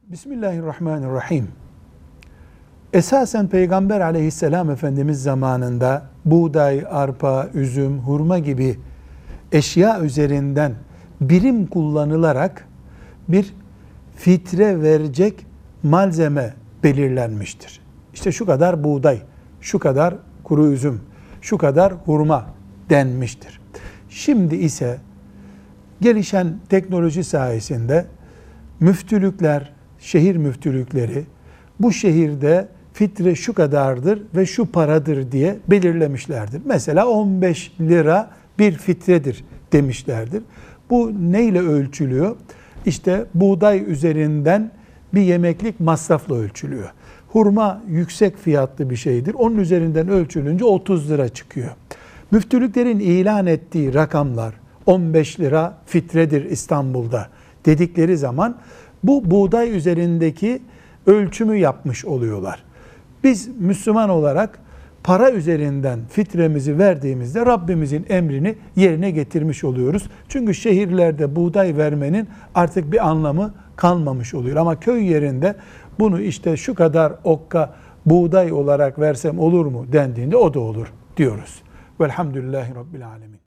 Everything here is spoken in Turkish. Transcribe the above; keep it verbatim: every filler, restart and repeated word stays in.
Bismillahirrahmanirrahim. Esasen Peygamber aleyhisselam Efendimiz zamanında buğday, arpa, üzüm, hurma gibi eşya üzerinden birim kullanılarak bir fitre verecek malzeme belirlenmiştir. İşte şu kadar buğday, şu kadar kuru üzüm, şu kadar hurma denmiştir. Şimdi ise gelişen teknoloji sayesinde müftülükler, şehir müftülükleri bu şehirde fitre şu kadardır ve şu paradır diye belirlemişlerdir. Mesela on beş lira bir fitredir demişlerdir. Bu neyle ölçülüyor? İşte buğday üzerinden bir yemeklik masrafla ölçülüyor. Hurma yüksek fiyatlı bir şeydir. Onun üzerinden ölçülünce otuz lira çıkıyor. Müftülüklerin ilan ettiği rakamlar on beş lira fitredir İstanbul'da dedikleri zaman bu buğday üzerindeki ölçümü yapmış oluyorlar. Biz Müslüman olarak para üzerinden fitremizi verdiğimizde Rabbimizin emrini yerine getirmiş oluyoruz. Çünkü şehirlerde buğday vermenin artık bir anlamı kalmamış oluyor. Ama köy yerinde bunu işte şu kadar okka buğday olarak versem olur mu dendiğinde o da olur diyoruz. Velhamdülillahi Rabbil Alemin.